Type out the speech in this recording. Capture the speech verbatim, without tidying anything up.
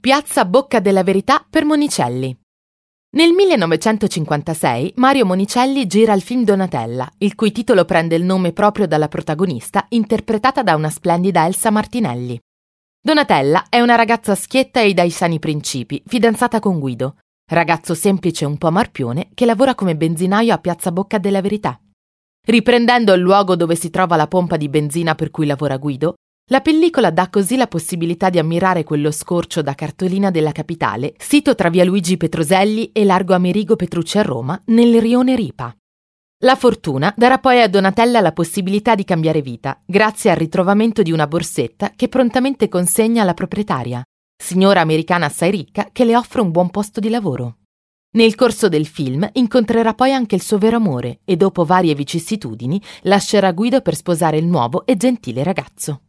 Piazza Bocca della Verità per Monicelli. Nel millenovecentocinquantasei Mario Monicelli gira il film Donatella, il cui titolo prende il nome proprio dalla protagonista, interpretata da una splendida Elsa Martinelli. Donatella è una ragazza schietta e dai sani principi, fidanzata con Guido, ragazzo semplice e un po' marpione che lavora come benzinaio a Piazza Bocca della Verità. Riprendendo il luogo dove si trova la pompa di benzina per cui lavora Guido, la pellicola dà così la possibilità di ammirare quello scorcio da cartolina della capitale, sito tra via Luigi Petroselli e largo Amerigo Petrucci a Roma, nel rione Ripa. La fortuna darà poi a Donatella la possibilità di cambiare vita, grazie al ritrovamento di una borsetta che prontamente consegna alla proprietaria, signora americana assai ricca che le offre un buon posto di lavoro. Nel corso del film incontrerà poi anche il suo vero amore e dopo varie vicissitudini lascerà Guido per sposare il nuovo e gentile ragazzo.